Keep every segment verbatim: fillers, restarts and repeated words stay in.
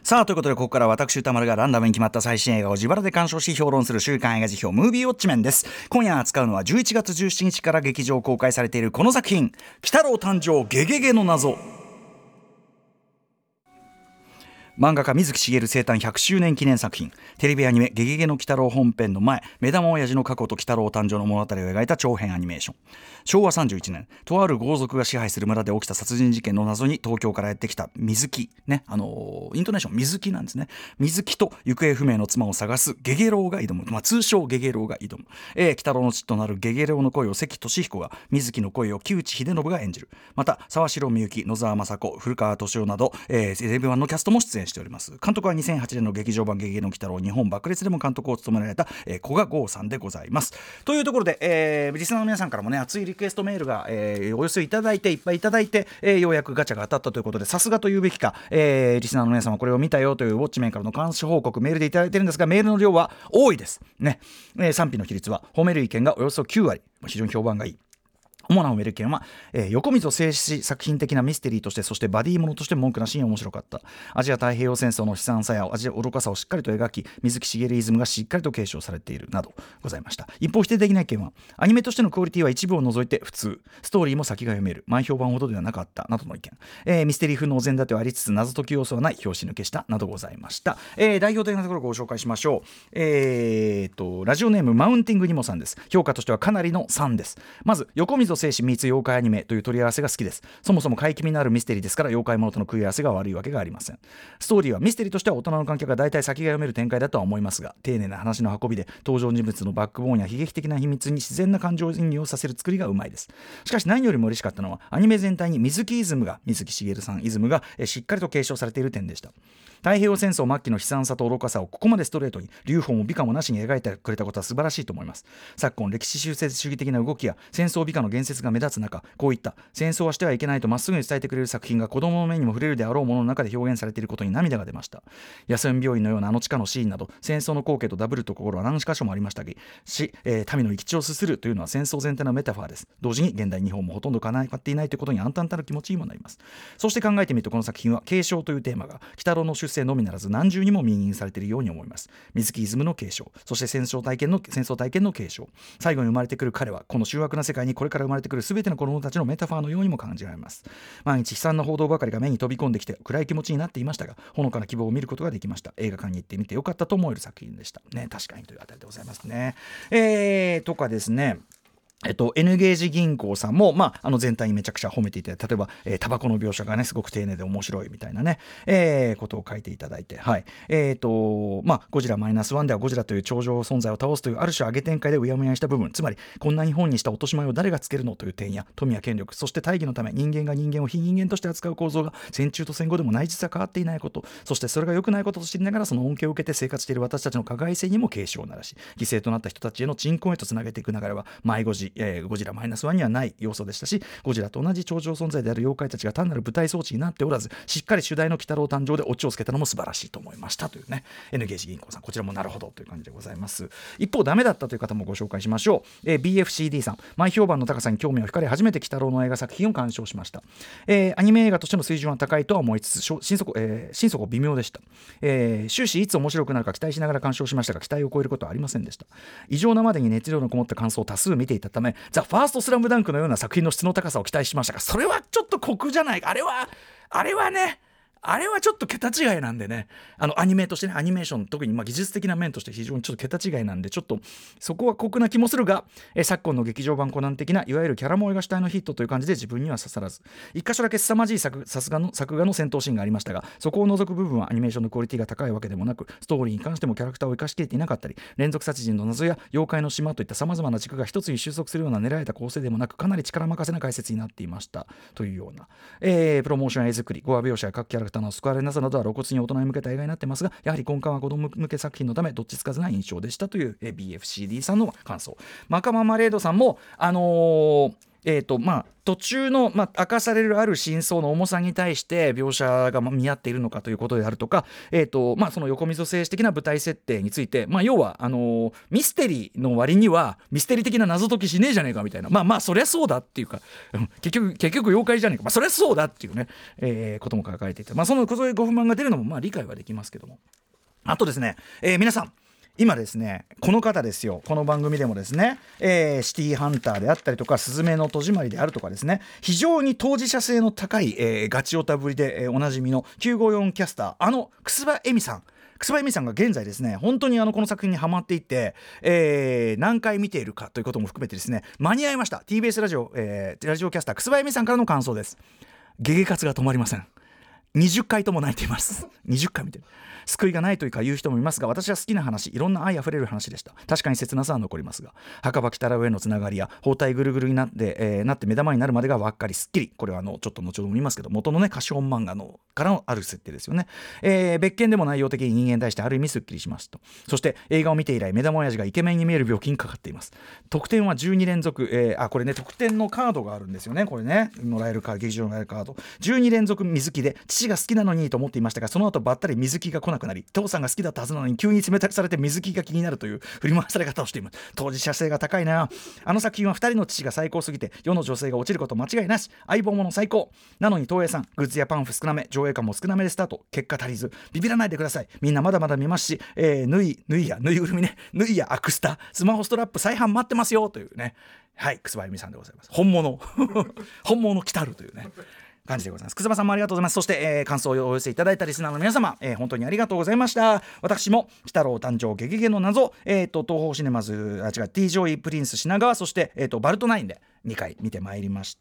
さあということで、ここから私歌丸がランダムに決まった最新映画を自腹で鑑賞し評論する週刊映画辞表ムービーウォッチメンです。今夜扱うのはじゅういちがつじゅうしちにちから劇場公開されているこの作品、鬼太郎誕生ゲゲゲの謎。漫画家水木しげる生誕ひゃくしゅうねん記念作品、テレビアニメゲゲゲの鬼太郎本編の前、目玉親父の過去と鬼太郎誕生の物語を描いた長編アニメーション。しょうわさんじゅういちねん、とある豪族が支配する村で起きた殺人事件の謎に東京からやってきた水木ね、あのー、イントネーション水木なんですね。水木と行方不明の妻を探すゲゲロウが挑む、まあ、通称ゲゲロウが挑む、えー、鬼太郎の父となるゲゲロウの声を関俊彦が、水木の声を木内秀信が演じる。また沢城みゆき、野沢雅子、古川敏夫など、えー、テレビ版のキャストも出演しております。監督はにせんはちねんの劇場版ゲゲゲの鬼太郎日本爆裂でも監督を務められた、えー、古賀剛さんでございます。というところで、えー、リスナーの皆さんからもね、熱いリクエストメールが、えー、お寄せいただいていっぱいいただいて、えー、ようやくガチャが当たったということで、さすがというべきか、えー、リスナーの皆様これを見たよというウォッチメンからの監視報告メールでいただいているんですが、メールの量は多いですね、えー、賛否の比率は褒める意見がおよそきゅうわり、非常に評判がいい。主な褒める意見は、えー、横溝静止作品的なミステリーとして、そしてバディものとして文句なしに面白かった。アジア太平洋戦争の悲惨さやアジア愚かさをしっかりと描き、水木しげるイズムがしっかりと継承されているなどございました。一方否定的な意見は、アニメとしてのクオリティは一部を除いて普通、ストーリーも先が読める、前評判ほどではなかったなどの意見、えー、ミステリー風のお膳立てはありつつ謎解き要素はない、拍子抜けしたなどございました。えー、代表的なところをご紹介しましょう。えー、とラジオネームマウンティングニモさんです。評価としてはかなりのさんです。まず、横溝静止 meets 妖怪アニメという取り合わせが好きです。そもそも怪奇味のあるミステリーですから、妖怪ものとの食い合わせが悪いわけがありません。ストーリーはミステリーとしては大人の観客が大体先が読める展開だとは思いますが、丁寧な話の運びで登場人物のバックボーンや悲劇的な秘密に自然な感情移入をさせる作りがうまいです。しかし何よりも嬉しかったのは、アニメ全体に水木イズムが水木しげるさんイズムがえしっかりと継承されている点でした。太平洋戦争末期の悲惨さと愚かさをここまでストレートに留保も美化もなしに描いてくれたことは素晴らしいと思います。昨今歴史修正主義的な動きや戦争美化の言説が目立つ中、こういった戦争はしてはいけないとまっすぐに伝えてくれる作品が子供の目にも触れるであろうものの中で表現されていることに涙が出ました。安遠病院のようなあの地下のシーンなど、戦争の光景とダブるところは何箇所もありましたし、えー、民の生き地をすするというのは戦争全体のメタファーです。同時に現代日本もほとんど叶っていないということに暗淡たる気持ちにもなります。そして考えてみると、この作品は継承というテーマが鬼太郎の出世のみならず何重にも民営されているように思います。水木イズムの継承、そして戦争体験の戦争体験の継承、最後に生まれてくる彼はこの醜悪な世界にこれから生まれてくる全ての子供たちのメタファーのようにも感じられます。毎日悲惨な報道ばかりが目に飛び込んできて暗い気持ちになっていましたが、ほのかな希望を見ることができました。映画館に行ってみてよかったと思える作品でしたね。確かにというあたりでございますね。えー、とかですね、えっと、N ゲージ銀行さんも、まあ、あの全体にめちゃくちゃ褒めていて、例えば、えー、タバコの描写がねすごく丁寧で面白いみたいなね、えー、ことを書いていただいて、はい、えーとまあ、ゴジラマイナスワンではゴジラという超常存在を倒すというある種上げ展開でうやむやにした部分、つまりこんな日本にした落とし前を誰がつけるのという点や、富や権力、そして大義のため人間が人間を非人間として扱う構造が戦中と戦後でも内実は変わっていないこと、そしてそれが良くないことと知りながらその恩恵を受けて生活している私たちの加害性にも警鐘を鳴らし、犠牲となった人たちへの鎮魂へとつなげていく流れはマイゴジ、えー、ゴジラマイナスマイナスワンにはない要素でしたし、ゴジラと同じ超常存在である妖怪たちが単なる舞台装置になっておらず、しっかり主題の鬼太郎誕生でオチをつけたのも素晴らしいと思いましたというね、 N ゲージ銀行さん、こちらもなるほどという感じでございます。一方ダメだったという方もご紹介しましょう。えー、ビーエフシーディー さん、前評判の高さに興味を惹かれ初めて鬼太郎の映画作品を鑑賞しました。えー、アニメ映画としての水準は高いとは思いつつ、心底、えー、心底微妙でした。えー、終始いつ面白くなるか期待しながら鑑賞しましたが、期待を超えることはありませんでした。異常なまでに熱量のこもった感想を多数見ていたため、ザ・ファーストスラムダンクのような作品の質の高さを期待しましたが、それはちょっと酷じゃない。あれはあれはねあれはちょっと桁違いなんでね、あのアニメとしてね、アニメーション特にまあ技術的な面として非常にちょっと桁違いなんで、ちょっとそこは酷な気もするが、え昨今の劇場版コナン的ないわゆるキャラ萌えが主体のヒットという感じで自分には刺さらず、一箇所だけ凄まじい作さすがの作画の戦闘シーンがありましたが、そこを除く部分はアニメーションのクオリティが高いわけでもなく、ストーリーに関してもキャラクターを生かしきれていなかったり、連続殺人の謎や妖怪の島といった様々な軸が一つに収束するような狙えた構成でもなく、かなり力任せな解説になっていましたというような、えー、プロモーションや絵作り、語話描写や各キャラクターの救われなさなどは露骨に大人に向けた映画になってますが、やはり根幹は子供向け作品のためどっちつかずな印象でしたという、えー、ビーエフシーディー さんの感想。マカママレードさんもあのーえーとまあ、途中の、まあ、明かされるある真相の重さに対して描写がまあ見合っているのかということであるとか、えーとまあ、その横溝正史的な舞台設定について、まあ、要はあのーミステリーの割にはミステリー的な謎解きしねえじゃねえかみたいな、まあまあそりゃそうだっていうか、うん、結局結局妖怪じゃねえか、まあ、そりゃそうだっていうね、えーことも書かれていて、まあ、そのそういうご不満が出るのもまあ理解はできますけども、あとですね、えー皆さん今ですねこの方ですよ、この番組でもですね、えーシティーハンターであったりとかスズメの戸締まりであるとかですね、非常に当事者性の高い、えーガチオタぶりで、えーおなじみのきゅうごよんキャスター、あの楠葉恵美さん楠葉恵美さんが現在ですね本当にあのこの作品にハマっていて、えー何回見ているかということも含めてですね、間に合いました。 ティービーエス ラジオ、えーラジオキャスター楠葉恵美さんからの感想です。ゲゲ活が止まりません。にじゅっかいとも泣いていますにじゅっかい見てる。救いがないというか言う人もいますが、私は好きな話、いろんな愛あふれる話でした。確かに切なさは残りますが、墓場鬼太郎へのつながりや包帯ぐるぐるになって、えーなって目玉になるまでがわっかりすっきり、これはあのちょっと後ほども言いますけど、元のね歌唱漫画のからのある設定ですよね、えー別件でも内容的に人間に対してある意味すっきりしますと。そして映画を見て以来目玉親父がイケメンに見える病気にかかっています。得点はじゅうに連続、えー、あこれね得点のカードがあるんですよね、これねもらえるか劇場のもらえるカードじゅうに連続水木で、父が好きなのにと思っていましたが、その後ばったり水木が来なくなり、父さんが好きだったはずなのに急に冷たくされて水木が気になるという振り回され方をしています。当事者性が高いな。あの作品はふたりの父が最高すぎて世の女性が落ちること間違いなし、相棒もの最高なのに、東映さんグッズやパンフ少なめ、上映館も少なめでスタート、結果足りず。ビビらないでください、みんなまだまだ見ますし、えー、縫い縫いや縫いぐるみね、縫いやアクスタ、スマホストラップ再販待ってますよというね、はい楠葉恵美さんでございます。本物本物来たるというね感じでございます。くすばさんもありがとうございます。そして、えー感想をお寄せいただいたリスナーの皆様、えー本当にありがとうございました。私も鬼太郎誕生ゲゲゲの謎、えー、と東宝シネマズあ違う T ジョイプリンス品川、そして、えー、とバルトナインでにかい見てまいりました。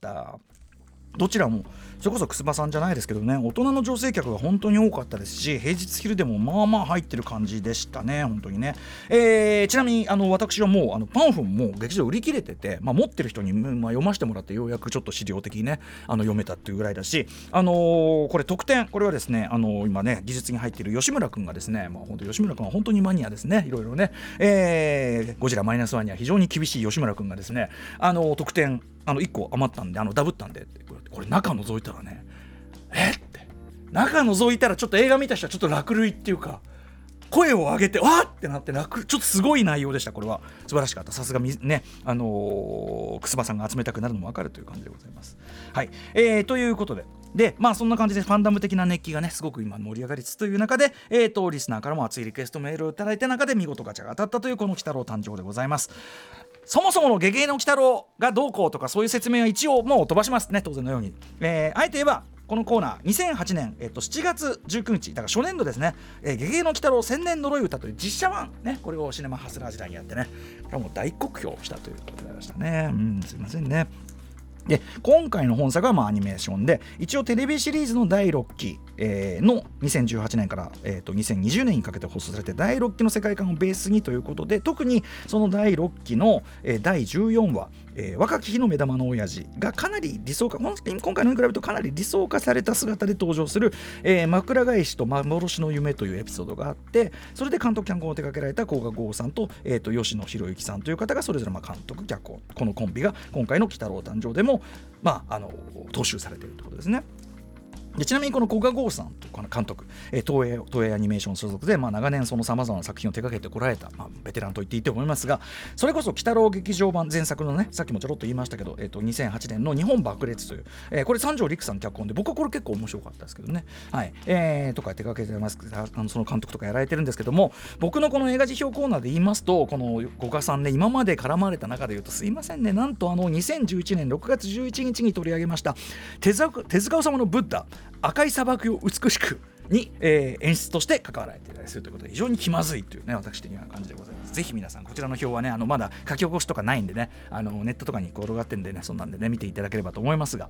どちらもそれこそ楠葉さんじゃないですけどね、大人の女性客が本当に多かったですし、平日昼でもまあまあ入ってる感じでしたね本当にね、えー、ちなみにあの私はもうあのパンフももう劇場売り切れてて、まあ、持ってる人に、まあ、読ませてもらってようやくちょっと資料的にねあの読めたっていうぐらいだし、あのー、これ特典、これはですね、あのー、今ね技術に入っている吉村くんがですね、まあ、本当吉村くんは本当にマニアですね、いろいろね、えー、ゴジラマイナスワンには非常に厳しい吉村くんがですね、あのー、特典あのいっこ余ったんで、あのダブったんでってこれ中覗いたらね、えって中覗いたらちょっと映画見た人はちょっと落類っていうか声を上げてわーってなって落ちょっとすごい内容でした。これは素晴らしかった。さすがねあのー、楠葉さんが集めたくなるのも分かるという感じでございます。はい、えー、ということででまあそんな感じでファンダム的な熱気がねすごく今盛り上がりつつという中で、えーとリスナーからも熱いリクエストメールをいただいた中で見事ガチャが当たったというこの鬼太郎誕生でございます。そもそものゲゲゲの鬼太郎がどうこうとかそういう説明は一応もう飛ばしますね、当然のように、えー、あえて言えばこのコーナーにせんはちねん、えっと、しちがつじゅうくにちだから初年度ですね、えー、ゲゲゲの鬼太郎千年呪い歌という実写版ね、これをシネマハスラー時代にやってね、これはもう大酷評したということでございましたね。うんすいませんね。で今回の本作はまあアニメーションで、一応テレビシリーズのだいろっき、えー、のにせんじゅうはちねんから、えー、とにせんにじゅうねんにかけて放送されてだいろっきの世界観をベースにということで、特にそのだいろっきの、えー、だいじゅうよんわ、えー、若き日の目玉の親父がかなり理想化、今回のに比べるとかなり理想化された姿で登場する、えー、枕返しと幻の夢というエピソードがあって、それで監督脚本を手掛けられた甲賀剛さんと、えー、と吉野博之さんという方がそれぞれまあ監督脚本、このコンビが今回の鬼太郎誕生でもまああの踏襲されているということですね。でちなみにこの古賀剛さんとこの監督、えー、東映東映アニメーション所属で、まあ、長年そのさまざまな作品を手掛けてこられた、まあ、ベテランと言っていいと思いますが、それこそ鬼太郎劇場版前作のね、さっきもちょろっと言いましたけど、えー、とにせんはちねんの日本爆裂という、えー、これ三条陸さん脚本で、僕はこれ結構面白かったですけどね、はいえー、とか手掛けてますあのその監督とかやられてるんですけども、僕のこの映画辞表コーナーで言いますと、この古賀さんね、今まで絡まれた中で言うとすいませんね、なんとあのにせんじゅういちねんろくがつじゅういちにちに取り上げました手塚手塚治虫のブッダ赤い砂漠を美しくに、えー、演出として関わられていたりするということで、非常に気まずいというね、私的な感じでございます。ぜひ皆さんこちらの表はね、あのまだ書き起こしとかないんでね、あのネットとかに転がってんでね、そんなんでね見ていただければと思いますが、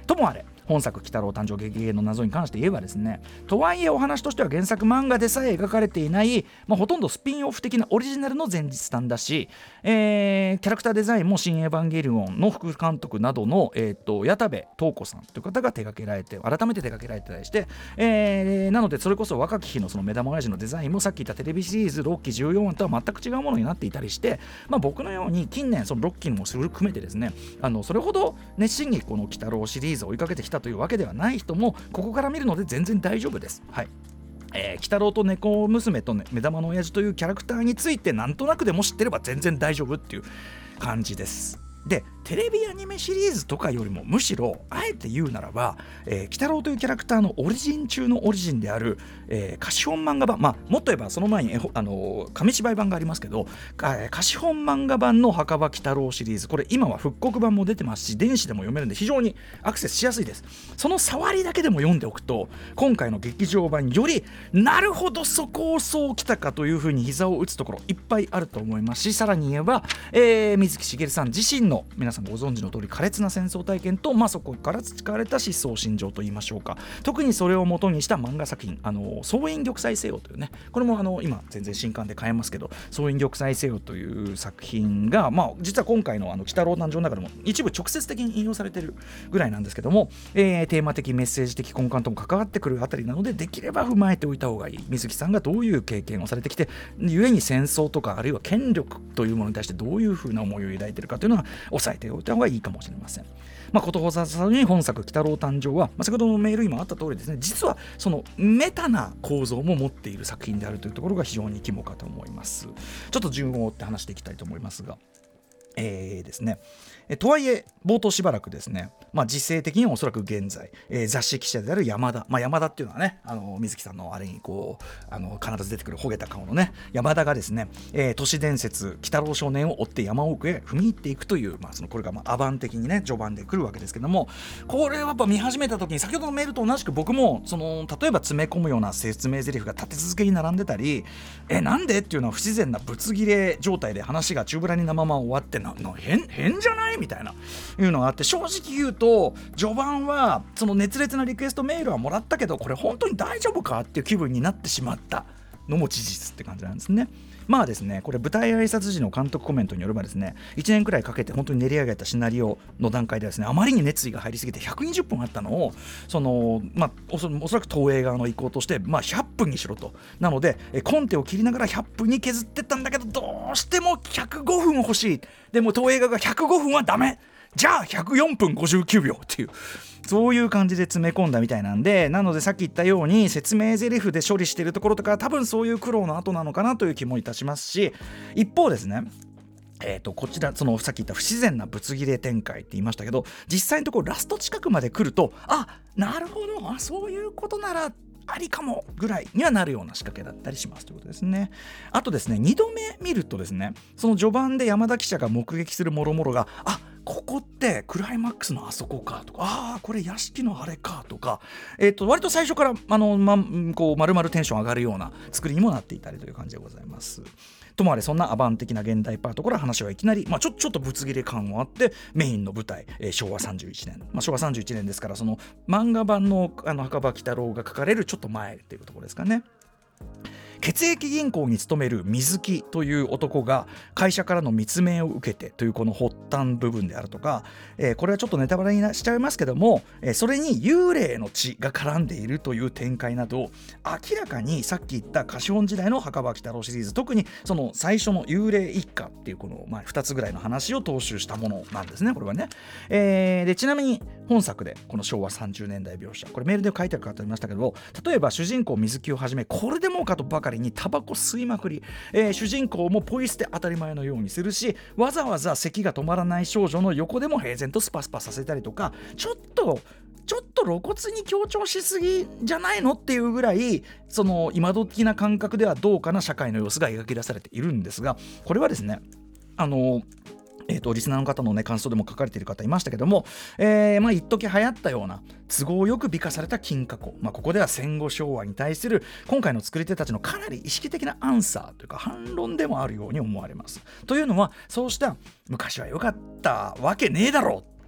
ともあれ本作鬼太郎誕生ゲゲゲの謎に関して言えばですね、とはいえお話としては原作漫画でさえ描かれていない、まあ、ほとんどスピンオフ的なオリジナルの前日談だし、えー、キャラクターデザインも新エヴァンゲリオンの副監督などの、えー、と矢田部東子さんという方が手掛けられて改めて手掛けられてたりして、えー、なのでそれこそ若き日のその目玉親父のデザインもさっき言ったテレビシリーズロッキーじゅうよんわとは全く違うものになっていたりして、まあ、僕のように近年そのロッキーも含めてですね、あのそれほど熱心にこの鬼太郎シリーズを追いかけてきたというわけではない人もここから見るので全然大丈夫です。はい。えー、鬼太郎と猫娘と、ね、目玉の親父というキャラクターについてなんとなくでも知ってれば全然大丈夫っていう感じです。でテレビアニメシリーズとかよりもむしろあえて言うならば、えー、鬼太郎というキャラクターのオリジン中のオリジンである、えー、貸本漫画版、まあもっと言えばその前に、あのー、紙芝居版がありますけど、えー、貸本漫画版の墓場鬼太郎シリーズ、これ今は復刻版も出てますし電子でも読めるんで非常にアクセスしやすいです。その触りだけでも読んでおくと今回の劇場版よりなるほどそこをそうきたかというふうに膝を打つところいっぱいあると思いますし、さらに言えば、えー、水木しげるさん自身の皆さんご存知の通り苛烈な戦争体験と、まあ、そこから培われた思想心情といいましょうか、特にそれを元にした漫画作品、あの総員玉砕せよというね、これもあの今全然新刊で買えますけど、総員玉砕せよという作品が、まあ、実は今回のあの鬼太郎誕生の中でも一部直接的に引用されているぐらいなんですけども、えー、テーマ的メッセージ的根幹とも関わってくるあたりなので、できれば踏まえておいた方がいい。水木さんがどういう経験をされてきて、故に戦争とかあるいは権力というものに対してどういうふうな思いを抱いているかというのは押さえておいた方がいいかもしれません。まあ、ことほざさに本作鬼太郎誕生は、まあ、先ほどのメールにもあった通りですね、実はそのメタな構造も持っている作品であるというところが非常に肝かと思います。ちょっと順を追って話していきたいと思いますが、えーですね、えとはいえ冒頭しばらくですね、まあ、時勢的にはおそらく現在、えー、雑誌記者である山田、まあ、山田っていうのはね、あの水木さんのあれにこうあの必ず出てくるほげた顔のね山田がですね、えー、都市伝説鬼太郎少年を追って山奥へ踏み入っていくという、まあ、そのこれがまあアバン的にね序盤で来るわけですけども、これはやっぱ見始めた時に先ほどのメールと同じく僕もその例えば詰め込むような説明台詞が立て続けに並んでたり、えなんでっていうのは不自然なぶつ切れ状態で話が宙ぶらりなまま終わってなな変変じゃないみたいないうのがあって、正直言うと序盤はその熱烈なリクエストメールはもらったけどこれ本当に大丈夫かっていう気分になってしまったのも事実って感じなんですね。まあですね、これ舞台挨拶時の監督コメントによればですね、いちねんくらいかけて本当に練り上げたシナリオの段階ではですね、あまりに熱意が入りすぎてひゃくにじゅっぷんあったのをその、まあ、おそ、おそらく東映側の意向として、まあ、ひゃっぷんにしろと。なのでコンテを切りながらひゃっぷんに削ってったんだけど、どうしてもひゃくごふん欲しい。でも東映側がひゃくごふんはダメ、じゃあひゃくよんぷんごじゅうきゅうびょうっていう、そういう感じで詰め込んだみたいなんで、なのでさっき言ったように説明台詞で処理しているところとか多分そういう苦労の後なのかなという気もいたしますし、一方ですね、えー、とこちらそのさっき言った不自然なぶつ切れ展開って言いましたけど、実際のところラスト近くまで来ると、あ、なるほど、あ、そういうことならありかもぐらいにはなるような仕掛けだったりしますということですね。あとですね、にどめ見るとですね、その序盤で山田記者が目撃するもろもろが、あ、ここってクライマックスのあそこかとか、ああこれ屋敷のあれかとか、えー、と割と最初からあの、ま、こう丸々テンション上がるような作りにもなっていたりという感じでございます。ともあれそんなアバン的な現代パートから話はいきなり、まあ、ちょ, ちょっとぶつ切れ感もあってメインの舞台、えー、しょうわさんじゅういちねん、まあ、しょうわさんじゅういちねんですから、その漫画版のあの墓場鬼太郎が書かれるちょっと前っていうところですかね。血液銀行に勤める水木という男が会社からの密命を受けてというこの発端部分であるとか、えー、これはちょっとネタバレにしちゃいますけども、えー、それに幽霊の血が絡んでいるという展開など、明らかにさっき言った貸本時代の墓場鬼太郎シリーズ、特にその最初の幽霊一家っていうこの、まあ、ふたつぐらいの話を踏襲したものなんですね、これはね。えー、でちなみに本作でこのしょうわさんじゅうねんだい描写、これメールで書いてある方いましたけど、例えば主人公水木をはじめこれでもかとばかりにタバコ吸いまくり、えー、主人公もポイ捨て当たり前のようにするし、わざわざ咳が止まらない少女の横でも平然とスパスパさせたりとか、ちょっとちょっと露骨に強調しすぎじゃないのっていうぐらい、その今時な感覚ではどうかな社会の様子が描き出されているんですが、これはですね、あのえー、とリスナーの方の、ね、感想でも書かれている方いましたけども、えー、まあ一時流行ったような都合よく美化された金過去、まあ、ここでは戦後昭和に対する今回の作り手たちのかなり意識的なアンサーというか反論でもあるように思われます。というのは、そうした昔は良かったわけねえだろう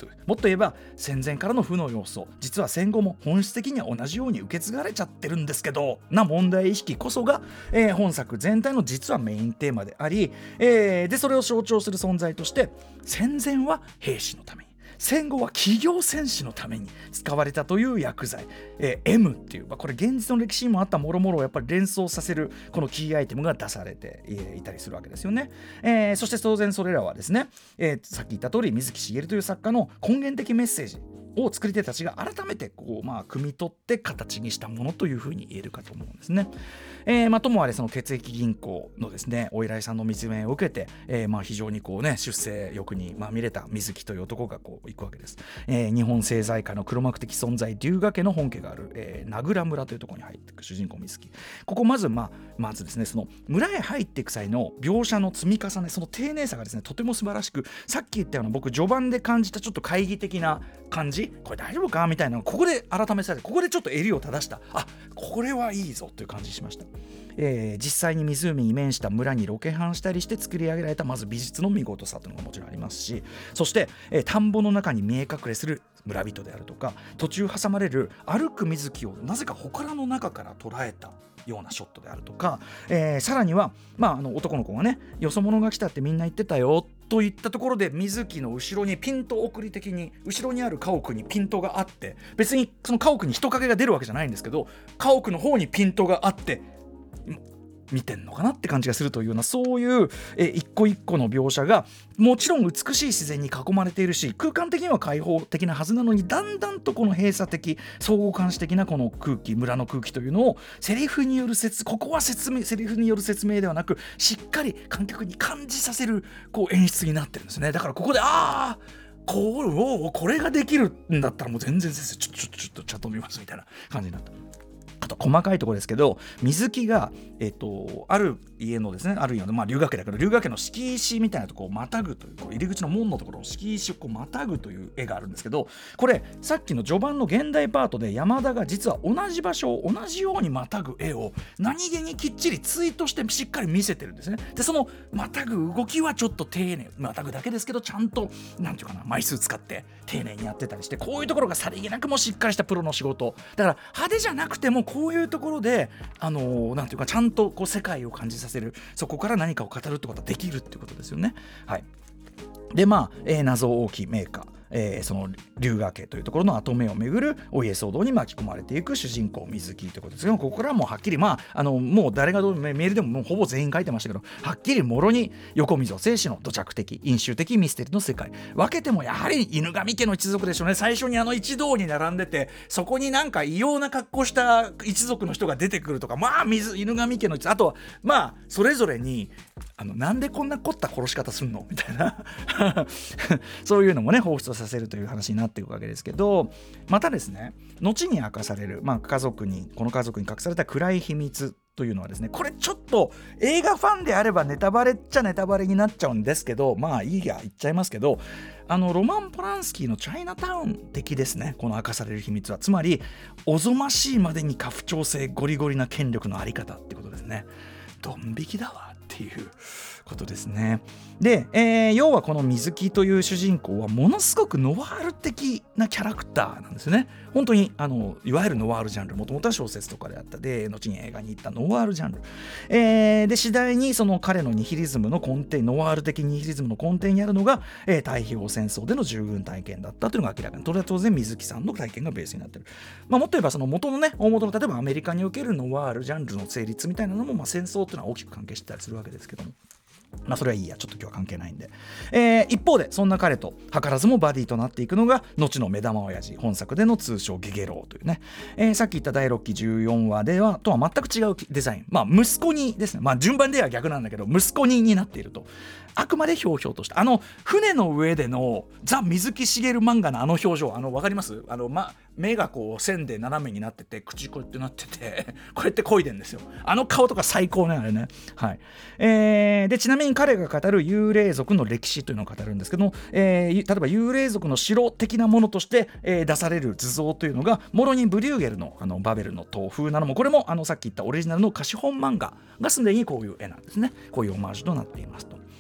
という、もっと言えば戦前からの負の要素、実は戦後も本質的には同じように受け継がれちゃってるんですけどな問題意識こそが、えー、本作全体の実はメインテーマであり、えー、でそれを象徴する存在として戦前は兵士のために、戦後は企業戦士のために使われたという薬剤、えー、M っていう、まあ、これ現実の歴史にもあったもろもろをやっぱり連想させるこのキーアイテムが出されていたりするわけですよね、えー、そして当然それらはですね、えー、さっき言った通り水木しげるという作家の根源的メッセージを作り手たちが改めてこう、まあ、汲み取って形にしたものというふうに言えるかと思うんですね。えーまあ、ともあれその血液銀行のですねお依頼さんの密命を受けて、えーまあ、非常にこうね出世欲にまみれた水木という男がこう行くわけです、えー、日本政財界の黒幕的存在龍河家の本家がある、えー、名倉村というところに入っていく主人公水木、ここまず、まあ、まずですねその村へ入っていく際の描写の積み重ね、その丁寧さがですねとても素晴らしく、さっき言ったような僕序盤で感じたちょっと懐疑的な感じ、これ大丈夫かみたいなのここで改めされて、ここでちょっと襟を正した、あこれはいいぞという感じしました。えー、実際に湖に面した村にロケハンしたりして作り上げられたまず美術の見事さというのがもちろんありますし、そして、えー、田んぼの中に見え隠れする村人であるとか、途中挟まれる歩く水木をなぜか祠の中から捉えたようなショットであるとか、えー、さらには、まあ、あの男の子がねよそ者が来たってみんな言ってたよといったところで水木の後ろにピント送り的に後ろにある家屋にピントがあって、別にその家屋に人影が出るわけじゃないんですけど家屋の方にピントがあって見てんのかなって感じがするというような、そういうえ一個一個の描写がもちろん美しい自然に囲まれているし空間的には開放的なはずなのに、だんだんとこの閉鎖的相互監視的なこの空気、村の空気というのをセリフによる説ここは説明セリフによる説明ではなくしっかり観客に感じさせるこう演出になってるんですね。だからここでああこれおこれができるんだったらもう全然先生ちょっとちょっとちょっとチャット見ますみたいな感じになった。あと細かいところですけど、水木が、えっと、ある家のですねある家の、まあ、龍河家だけど龍河家の敷石みたいなところをまたぐという、こう入り口の門のところの敷石をこうまたぐという絵があるんですけど、これさっきの序盤の現代パートで山田が実は同じ場所を同じようにまたぐ絵を何気にきっちりツイートしてしっかり見せてるんですね。でそのまたぐ動きはちょっと丁寧、またぐだけですけどちゃんとなんていうかな枚数使って丁寧にやってたりして、こういうところがさりげなくもしっかりしたプロの仕事だから派手じゃなくてもこういうところであのー、なんていうかちゃんとこう世界を感じさせる、そこから何かを語るってことができるってことですよね。はい。でまあ、えー、謎多きメーカー、えー、その龍河家というところの跡目をめぐるお家騒動に巻き込まれていく主人公水木ということですけど、ここからもうはっきりまああのもう誰がどうメールでももうほぼ全員書いてましたけど、はっきりもろに横溝正史の土着的飲酒的ミステリーの世界、分けてもやはり犬神家の一族でしょうね。最初にあの一堂に並んでてそこになんか異様な格好した一族の人が出てくるとか、まあ水犬神家のあとはまあそれぞれにあのなんでこんな凝った殺し方すんのみたいなそういうのもね放出させるという話になっていくわけですけど、またですね後に明かされる、まあ、家族にこの家族に隠された暗い秘密というのはですね、これちょっと映画ファンであればネタバレっちゃネタバレになっちゃうんですけど、まあいいや言っちゃいますけど、あのロマン・ポランスキーのチャイナタウン的ですね、この明かされる秘密は。つまりおぞましいまでに家父長制ゴリゴリな権力のあり方ってことですね。ドン引きだわっていうことですね。で、えー、要はこの水木という主人公はものすごくノワール的なキャラクターなんですね。本当にあのいわゆるノワールジャンル、もともとは小説とかであったで後に映画に行ったノワールジャンル、えー、で次第にその彼のニヒリズムの根底、ノワール的ニヒリズムの根底にあるのが、えー、太平洋戦争での従軍体験だったというのが明らかに、それは当然水木さんの体験がベースになっている。まあ、もっと言えばその元のね大元の例えばアメリカにおけるノワールジャンルの成立みたいなのも、まあ、戦争というのは大きく関係してたりするわけですけども、まあそれはいいや、ちょっと今日は関係ないんで、えー、一方でそんな彼と図らずもバディとなっていくのが後の目玉親父、本作での通称ゲゲロウというね、えー、さっき言っただいろっきじゅうよんわではとは全く違うデザイン、まあ息子にですね、まあ順番では逆なんだけど息子にになっていると、あくまでひょうひょうとしたあの船の上でのザ・水木しげる漫画のあの表情、あの分かります？あの、ま、目がこう線で斜めになってて口こうやってなっててこうやって漕いでんですよ。あの顔とか最高ねあれね。はい。えー、でちなみに彼が語る幽霊族の歴史というのを語るんですけども、えー、例えば幽霊族の城的なものとして、えー、出される図像というのがもろにブリューゲルの、あのバベルの塔風なのも、これもあのさっき言ったオリジナルの貸本漫画がすでにこういう絵なんですね。こういうオマージュとなっていますと。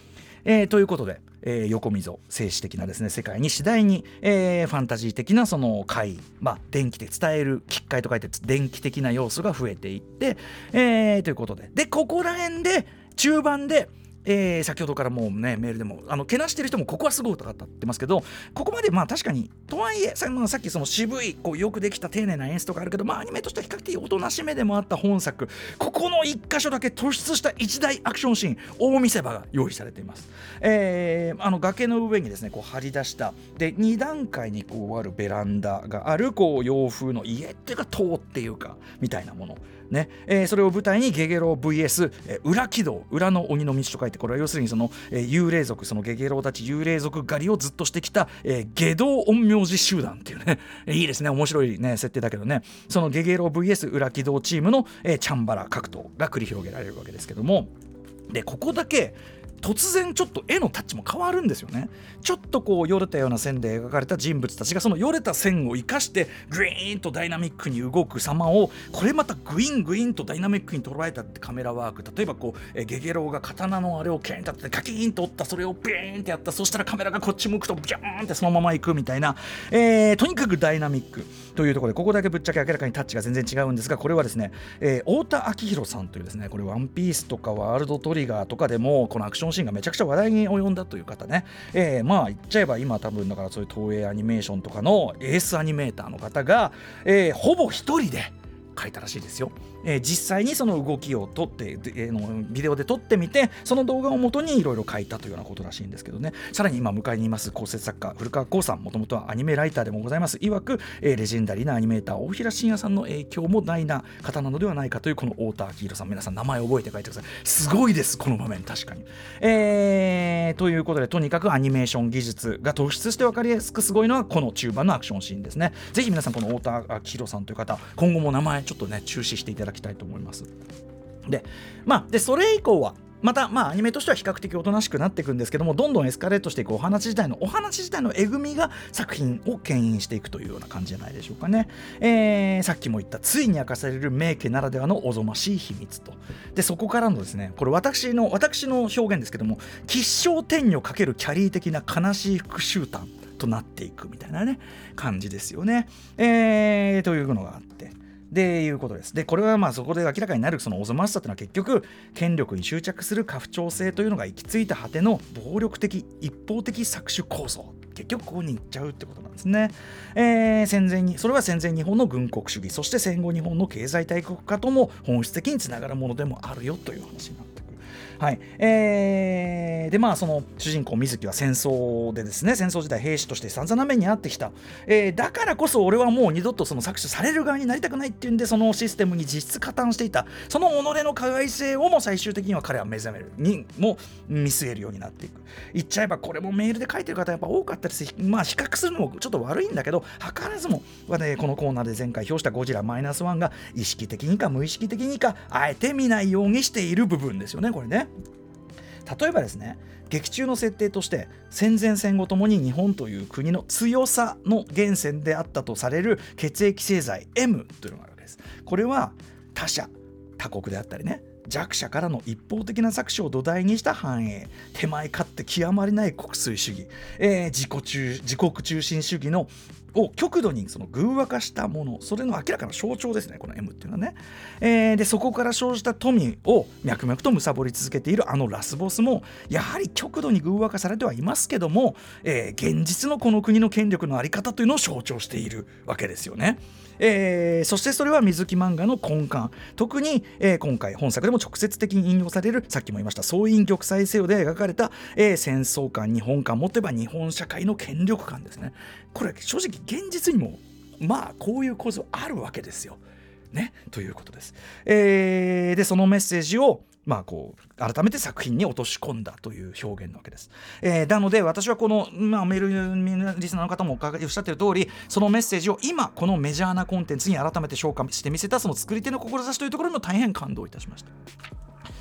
えー、ということで、えー、横溝静止的なですね世界に次第に、えー、ファンタジー的なその回、まあ、電気で伝える機械と書いて電気的な要素が増えていって、えー、ということででここら辺で中盤でえー、先ほどからもうねメールでもあのけなしてる人もここはすごいとかって言ってますけど、ここまでまあ確かにとはいえ さ,、まあ、さっきその渋いこうよくできた丁寧な演出とかあるけど、まあアニメとしては比較的おとなしめでもあった本作、ここの一箇所だけ突出した一大アクションシーン大見せ場が用意されています。えー、あの崖の上にですねこう張り出したでに段階にこうあるベランダがあるこう洋風の家っていうか塔っていうかみたいなものね、えー、それを舞台にゲゲロ ブイエス、えー、裏軌道裏の鬼の道と書いて、これは要するにその、えー、幽霊族、そのゲゲロウたち幽霊族狩りをずっとしてきた、えー、下道陰陽師集団っていうねいいですね、面白いね設定だけどね、そのゲゲロウ ブイエス 裏軌道チームの、えー、チャンバラ格闘が繰り広げられるわけですけども、でここだけ突然ちょっと絵のタッチも変わるんですよね。ちょっとこうよれたような線で描かれた人物たちがそのよれた線を生かしてグイーンとダイナミックに動く様を、これまたグイングインとダイナミックに捉えたってカメラワーク、例えばこうえゲゲロウが刀のあれをケーンと立ってカキーンと折った、それをビーンってやった、そしたらカメラがこっち向くとビャーンってそのまま行くみたいな、えー、とにかくダイナミックというところで、ここだけぶっちゃけ明らかにタッチが全然違うんですが、これはですね、えー、太田昭宏さんというですね、これワンピースとかワールドトリガーとかでもこのアクションシーンがめちゃくちゃ話題に及んだという方ね、えー、まあ言っちゃえば今多分だからそういう東映アニメーションとかのエースアニメーターの方が、えー、ほぼ一人で書いたらしいですよ。えー、実際にその動きを撮って、えー、のビデオで撮ってみて、その動画を元にいろいろ書いたというようなことらしいんですけどね。さらに今迎えにいます考説作家古川光さん、もともとはアニメライターでもございます曰く、えー、レジェンダリーなアニメーター大平信也さんの影響も大な方なのではないかというこの太田昭宏さん、皆さん名前を覚えて書いてください。すごいですこの場面、確かに。えー、ということでとにかくアニメーション技術が突出して分かりやすくすごいのはこの中盤のアクションシーンですね。ぜひ皆さんこの太田昭宏さんという方、今後も名前ちょっとね注視していただきたいと思います。で、まあ、でそれ以降はまた、まあ、アニメとしては比較的おとなしくなっていくんですけども、どんどんエスカレートしていくお話自体のお話自体のえぐみが作品を牽引していくというような感じじゃないでしょうかね。えー、さっきも言ったついに明かされる名家ならではのおぞましい秘密と、でそこからのですね、これ私の私の表現ですけども、吉祥天女×キャリー的な悲しい復讐譚となっていくみたいなね感じですよね。えー、というのがあって、でいうことです。でこれはまあそこで明らかになるそのおぞましさというのは結局権力に執着する家父長制というのが行き着いた果ての暴力的一方的搾取構造、結局ここに行っちゃうってことなんですね。えー、戦前にそれは戦前日本の軍国主義、そして戦後日本の経済大国化とも本質的につながるものでもあるよという話になってくる。はい、えー、でまあその主人公水木は戦争でですね、戦争時代兵士として散々な目に遭ってきた、えー、だからこそ俺はもう二度とその搾取される側になりたくないっていうんで、そのシステムに実質加担していた、その己の加害性をも最終的には彼は目覚めるにも見据えるようになっていく。言っちゃえばこれもメールで書いてる方やっぱ多かったです。まあ比較するのもちょっと悪いんだけど、図らずも、ね、このコーナーで前回表したゴジラマイナスワンが意識的にか無意識的にかあえて見ないようにしている部分ですよね、これね。例えばですね、劇中の設定として戦前戦後ともに日本という国の強さの源泉であったとされる血液製剤 エム というのがあるわけです。これは他者他国であったりね、弱者からの一方的な搾取を土台にした繁栄、手前勝手極まりない国粋主義、えー、自己中自国中心主義のを極度にその偶話化したもの、それの明らかな象徴ですね、この エム っていうのはね。えー、でそこから生じた富を脈々と貪り続けているあのラスボスもやはり極度に偶話化されてはいますけども、えー、現実のこの国の権力の在り方というのを象徴しているわけですよね。えー、そしてそれは水木漫画の根幹、特に、えー、今回本作でも直接的に引用される、さっきも言いました総員玉砕せよで描かれた、えー、戦争観日本観もっと言えば日本社会の権力観ですね。これ正直現実にもまあこういう構図あるわけですよね、ということです。えー、でそのメッセージをまあこう改めて作品に落とし込んだという表現なわけです。えー、なので私はこの、まあ、メールリスナーの方もおっしゃってる通り、そのメッセージを今このメジャーなコンテンツに改めて昇華してみせたその作り手の志というところにも大変感動いたしました。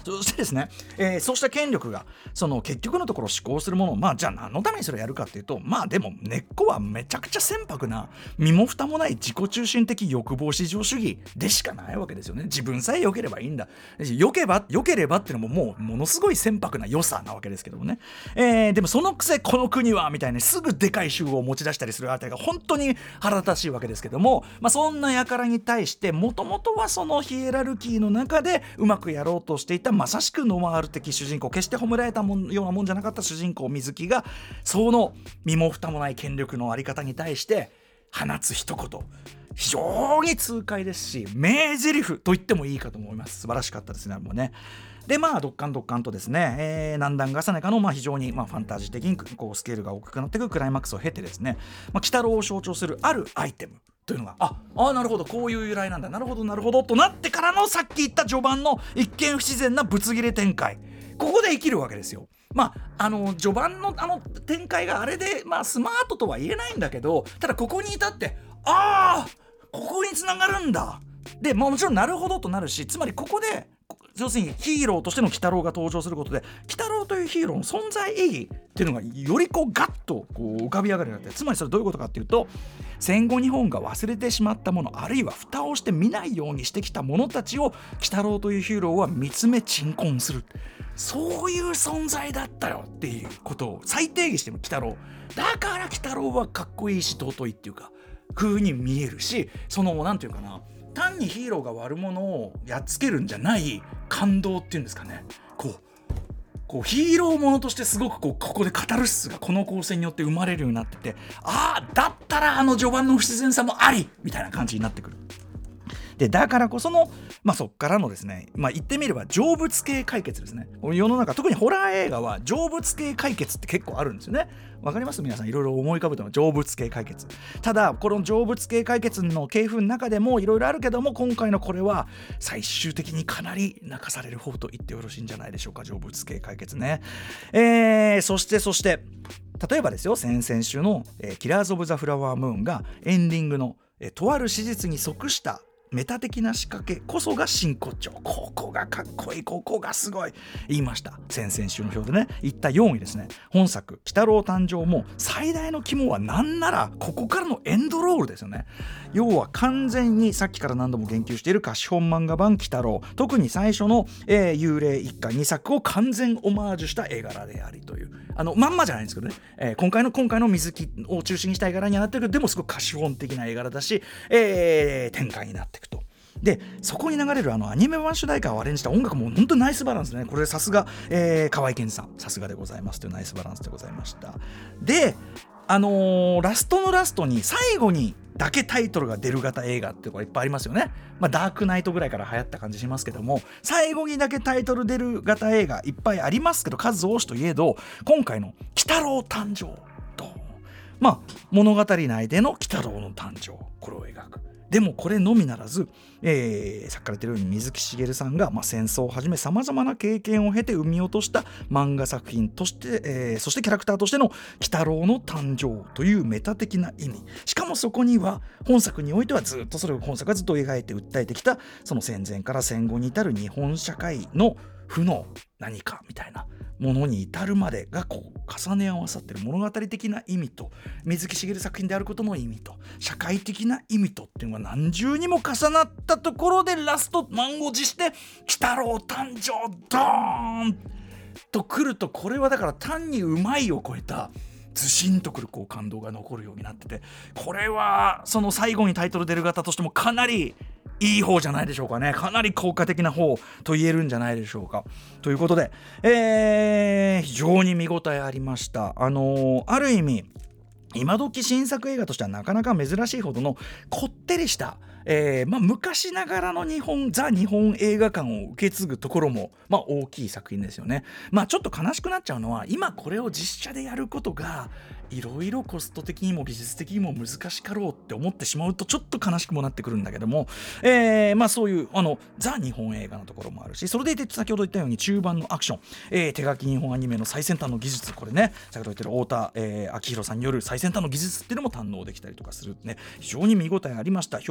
そしてですね、えー、そうした権力がその結局のところ施行するものを、まあじゃあ何のためにそれをやるかっていうと、まあでも根っこはめちゃくちゃ船舶な身も蓋もない自己中心的欲望至上主義でしかないわけですよね。自分さえ良ければいいんだ、良けば良ければっていうのももうものすごい船舶な良さなわけですけどもね、えー、でもそのくせこの国はみたいにすぐでかい州を持ち出したりするあたりが本当に腹立たしいわけですけども、まあ、そんな輩に対してもともとはそのヒエラルキーの中でうまくやろうとしていたまさしくノワール的主人公、決して褒められたもんようなもんじゃなかった主人公水木がその身も蓋もない権力のあり方に対して放つ一言、非常に痛快ですし名台詞と言ってもいいかと思います。素晴らしかったですね。もうねでまあどっかんどっかんとですね、えー、何段重ねかの、まあ、非常に、まあ、ファンタジー的にこうスケールが大きくなっていくクライマックスを経てですね、まあ、鬼太郎を象徴するあるアイテムというのがああなるほどこういう由来なんだなるほどなるほどとなってからのさっき言った序盤の一見不自然なぶつ切れ展開、ここで生きるわけですよ。まあ、あの序盤のあの展開があれで、まあ、スマートとは言えないんだけど、ただここに至ってああここに繋がるんだで、まあ、もちろんなるほどとなるし、つまりここで要するにヒーローとしての鬼太郎が登場することで鬼太郎というヒーローの存在意義っていうのがよりこうガッとこう浮かび上がるようになって、つまりそれどういうことかっていうと、戦後日本が忘れてしまったもの、あるいは蓋をして見ないようにしてきた者たちを鬼太郎というヒーローは見つめ鎮魂する、そういう存在だったよっていうことを再定義してる鬼太郎だから、鬼太郎はかっこいいし尊いっていうか風に見えるし、そのなんていうかな、単にヒーローが悪者をやっつけるんじゃない感動っていうんですかね、こうこうヒーローものとしてすごくこうここでカタルシスがこの構成によって生まれるようになってて、ああだったらあの序盤の不自然さもありみたいな感じになってくる。でだからこその、まあ、そっからのですね、まあ、言ってみれば成仏系解決ですね。世の中特にホラー映画は成仏系解決って結構あるんですよね。わかります皆さん、いろいろ思い浮かぶと成仏系解決。ただこの成仏系解決の系譜の中でもいろいろあるけども、今回のこれは最終的にかなり泣かされる方と言ってよろしいんじゃないでしょうか。成仏系解決ね、えー、そしてそして例えばですよ、先々週の、えー、キラーズ・オブ・ザ・フラワームーンがエンディングの、えー、とある史実に即したメタ的な仕掛けこそが真骨頂、ここがかっこいい、ここがすごい言いました。先々週の表でね言ったようにですね、本作鬼太郎誕生も最大の肝はなんならここからのエンドロールですよね。要は完全にさっきから何度も言及している貸本漫画版鬼太郎、特に最初の、えー、幽霊一家にさくを完全オマージュした絵柄でありという、あのまんまじゃないんですけどね、えー、今回の今回の水木を中心にした絵柄にはなってるけど、でもすごく貸本的な絵柄だし、えー、展開になっていくと。でそこに流れるあのアニメ版主題歌をアレンジした音楽も本当にナイスバランスね。これさすが、えー、河合健二さんさすがでございますというナイスバランスでございました。であのー、ラストのラストに最後にだけタイトルが出る型映画っていうのがいっぱいありますよね。まあダークナイトぐらいから流行った感じしますけども、最後にだけタイトル出る型映画いっぱいありますけど、数多しといえど今回の鬼太郎誕生と、まあ物語内での鬼太郎の誕生、これを描く。でもこれのみならず、えー、さっきから言ってるように水木しげるさんが、まあ、戦争をはじめさまざまな経験を経て生み落とした漫画作品として、えー、そしてキャラクターとしての鬼太郎の誕生というメタ的な意味、しかもそこには本作においてはずっとそれを本作がずっと描いて訴えてきたその戦前から戦後に至る日本社会の負の何かみたいなものに至るまでがこう重ね合わさっている物語的な意味と水木しげる作品であることの意味と社会的な意味とっていうのが何重にも重なったところでラスト満を持して鬼太郎誕生ドーンと来ると、これはだから単にうまいを超えたずしんとくるこう感動が残るようになってて、これはその最後にタイトル出る方としてもかなりいい方じゃないでしょうかね。かなり効果的な方と言えるんじゃないでしょうか。ということで、えー、非常に見応えありました。あのー、ある意味今時新作映画としてはなかなか珍しいほどのこってりした、えーまあ、昔ながらの日本ザ日本映画館を受け継ぐところも、まあ、大きい作品ですよね。まあちょっと悲しくなっちゃうのは今これを実写でやることがいろいろコスト的にも技術的にも難しかろうって思ってしまうとちょっと悲しくもなってくるんだけども、えー、まあそういうあのザ日本映画のところもあるし、それでいて先ほど言ったように中盤のアクション、えー、手書き日本アニメの最先端の技術、これね先ほど言ってる太田、えー、昭弘さんによる最先端の技術っていうのも堪能できたりとかするね、非常に見応えありました。評判も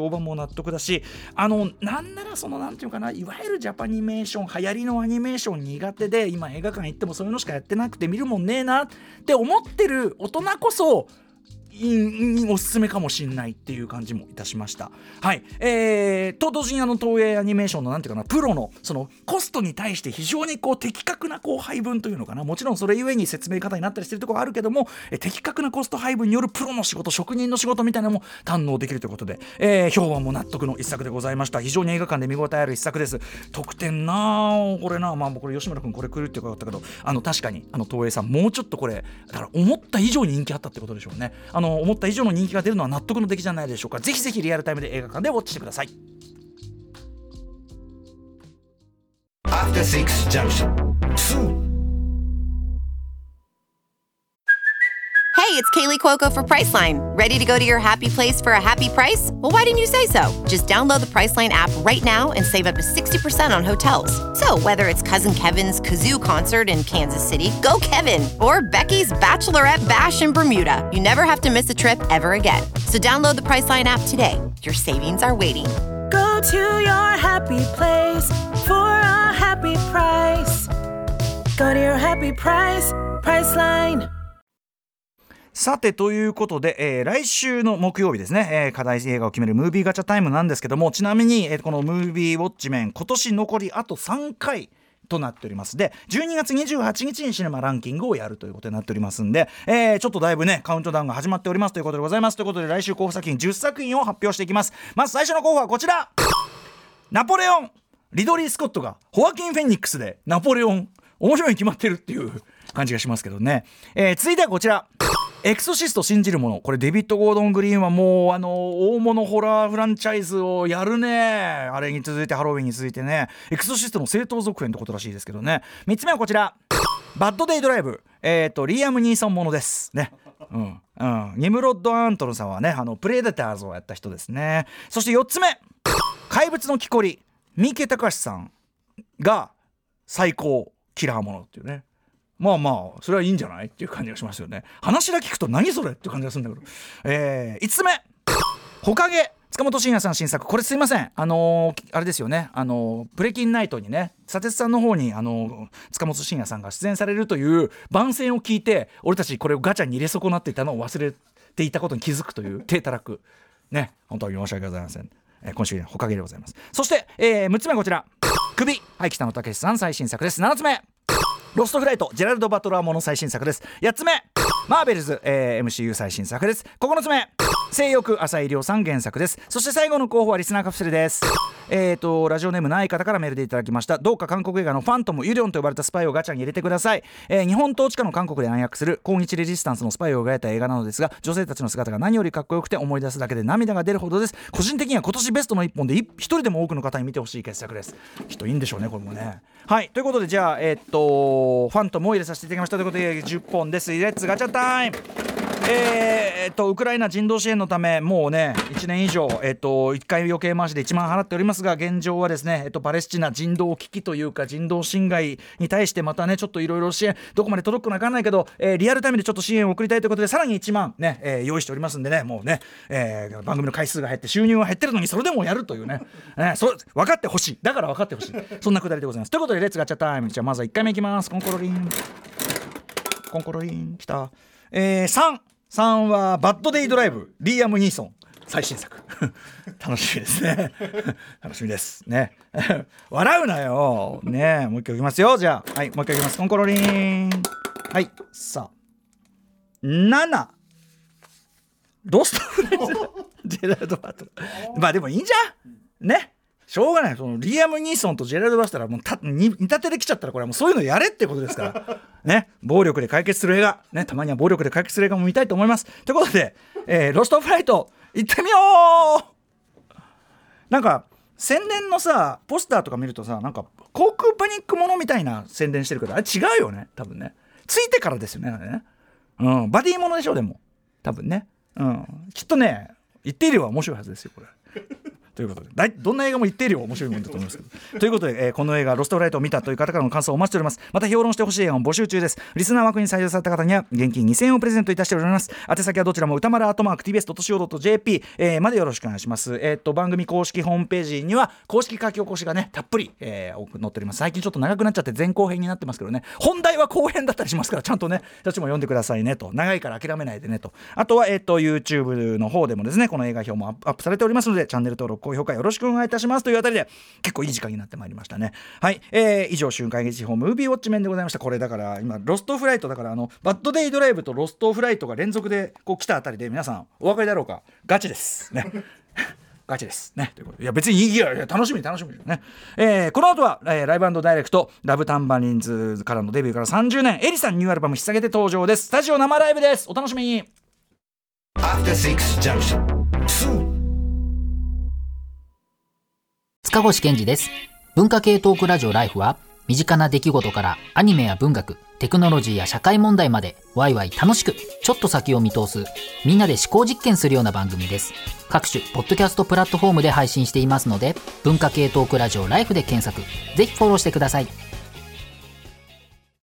納得だし、あのなんならそのなんていうかな、いわゆるジャパニメーション、流行りのアニメーション苦手で今映画館行ってもそういうのしかやってなくて見るもんねえなって思ってる大人こそおすすめかもしんないっていう感じもいたしました。はい、えー、と同時にあの東映アニメーションのなんていうかな、プロのそのコストに対して非常にこう的確なこう配分というのかな、もちろんそれゆえに説明方になったりしてるところはあるけども、え的確なコスト配分によるプロの仕事、職人の仕事みたいなのも堪能できるということで、えー、評判も納得の一作でございました。非常に映画館で見応えある一作です。得点なあこれな、まあこれ吉村君これ来るっていうことだったけど、あの確かにあの東映さんもうちょっとこれだから思った以上に人気あったってことでしょうね。あの思った以上の人気が出るのは納得の出来じゃないでしょうか。ぜひぜひリアルタイムで映画館でウォッチしてください。 After Six Junction. Hey, it's Kaylee Cuoco for Priceline. Ready to go to your happy place for a happy price? Well, why didn't you say so? Just download the Priceline app right now and save up to sixty percent on hotels. So whether it's Cousin Kevin's Kazoo Concert in Kansas City, go Kevin, or Becky's Bachelorette Bash in Bermuda, you never have to miss a trip ever again. So download the Priceline app today. Your savings are waiting. Go to your happy place for a happy price. Go to your happy price, Priceline. さてということで、えー、来週の木曜日ですね、えー、課題映画を決めるムービーガチャタイムなんですけども、ちなみに、えー、このムービーウォッチメン今年残りあとさんかいとなっております。でじゅうにがつにじゅうはちにちにシネマランキングをやるということになっておりますんで、えー、ちょっとだいぶねカウントダウンが始まっておりますということでございます。ということで来週候補作品じゅっさくひんを発表していきます。まず最初の候補はこちら、ナポレオン。リドリー・スコットがホアキン・フェニックスでナポレオン、面白いに決まってるっていう感じがしますけどね。えー、続いてはこちら、エクソシスト信じる者。これデビッド・ゴードン・グリーンはもうあの大物ホラーフランチャイズをやるね。あれに続いてハロウィンに続いてね、エクソシストの正当続編ってことらしいですけどね。みっつめはこちら、バッドデイドライブ。えっとリアム・ニーソンものですね。うんうん、ニムロッド・アントンさんはね、あのプレデターズをやった人ですね。そしてよっつめ、怪物の木こり。三池崇史さんが最高キラーものっていうね。まあまあそれはいいんじゃないっていう感じがしますよね。話だけ聞くと何それっていう感じがするんだけど、えー、いつつめ、ほかげ。塚本慎也さん新作。これすいません、あのー、あれですよね、あのー、プレキンナイトにね、佐哲さんの方に、あのー、塚本慎也さんが出演されるという番宣を聞いて、俺たちこれをガチャに入れ損なっていたのを忘れていたことに気づくという低たらくね、本当に申し訳ございません。えー、今週ほかげでございます。そして、えー、むっつめはこちら、首。はい、北野武さん最新作です。ななつめ、ロストフライト。ジェラルド・バトラーもの最新作です。やっつめ、マーベルズ、えー、エムシーユー 最新作です。ここのつめ、性欲。浅井亮さん原作です。そして最後の候補はリスナーカプセルです。えーとラジオネームない方からメールでいただきました。どうか韓国映画のファントム・ユリョンと呼ばれたスパイをガチャに入れてください。えー、日本統治下の韓国で暗躍する抗日レジスタンスのスパイを描いた映画なのですが、女性たちの姿が何よりかっこよくて思い出すだけで涙が出るほどです。個人的には今年ベストの一本で一人でも多くの方に見てほしい傑作です。きっといいんでしょうねこれもね。はい、ということでじゃあえー、っとファントムを入れさせていただきましたということでじゅっぽんです。レッツガチャタイム。えー、っとウクライナ人道支援のためもうねいちねん以上、えー、っといっかい余計回しでいちまん払っておりますが、現状はですね、えー、っとパレスチナ人道危機というか人道侵害に対してまたねちょっといろいろ支援どこまで届くか分かんないけど、えー、リアルタイムでちょっと支援を送りたいということでさらにいちまんね、えー、用意しておりますんでね、もうね、えー、番組の回数が減って収入は減ってるのにそれでもやるというね、えー、そ分かってほしい、だから分かってほしい、そんなくだりでございます。ということでレッツガチャタイム。じゃあまずはいっかいめいきます。コンコロリンコンコロリンきた。えー、さんさんはバッドデイドライブ。リーアム・ニーソン最新作楽しみですね楽しみですね笑うなよね。もう一回いきますよ。じゃあはいもう一回いきます。コンコロリン。はい、さあななロストフレーズジェラルド・バトラー。まあでもいいんじゃんね、しょうがない。そのリーアム・ニーソンとジェラルド・バスターはもうた似立てできちゃったらこれはもうそういうのやれってことですからね。暴力で解決する映画ね、たまには暴力で解決する映画も見たいと思います。ということで、えー、ロストフライト行ってみよう。なんか宣伝のさポスターとか見るとさ、なんか航空パニックものみたいな宣伝してるけど、あれ違うよね多分ね。ついてからですよねあれね、うん、バディものでしょでも多分ね、うん、きっとね言っていれば面白いはずですよこれということでだいどんな映画も言っているよ面白いもんだと思いますけどということで、えー、この映画ロストフライトを見たという方からの感想をお待ちしております。また評論してほしい映画も募集中です。リスナー枠に採用された方には現金にせんえんをプレゼントいたしております。宛先はどちらも歌丸アートマーク ティービーエスドットシーオードットジェーピー、えー、までよろしくお願いします。えー、っと番組公式ホームページには公式書き起こしがねたっぷり、えー、載っております。最近ちょっと長くなっちゃって前後編になってますけどね、本題は後編だったりしますからちゃんとねどっちも読んでくださいねと、長いから諦めないでねと。あとは、えー、っと YouTube の方でもですねこの映画表もアップされておりますのでチャンネル登録高評価よろしくお願いいたしますというあたりで結構いい時間になってまいりましたね。はい、えー、以上瞬間劇法ムービーウォッチメンでございました。これだから今ロストフライトだからあのバッドデイドライブとロストフライトが連続でこう来たあたりで皆さんお分かりだろうか、ガチですねガチですねということで、いや別にいいやいや楽しみ楽しみね、えー、この後は、えー、ライブ&ダイレクトラブタンバリンズからのデビューからさんじゅうねんエリさんニューアルバム引っ提げて登場です。スタジオ生ライブです。お楽しみに。 After Six Junction Soon。 塚越健二です。文化系トークラジオライフは身近な出来事からアニメや文学、テクノロジーや社会問題までワイワイ楽しくちょっと先を見通すみんなで思考実験するような番組です。各種ポッドキャストプラットフォームで配信していますので文化系トークラジオライフで検索、ぜひフォローしてください。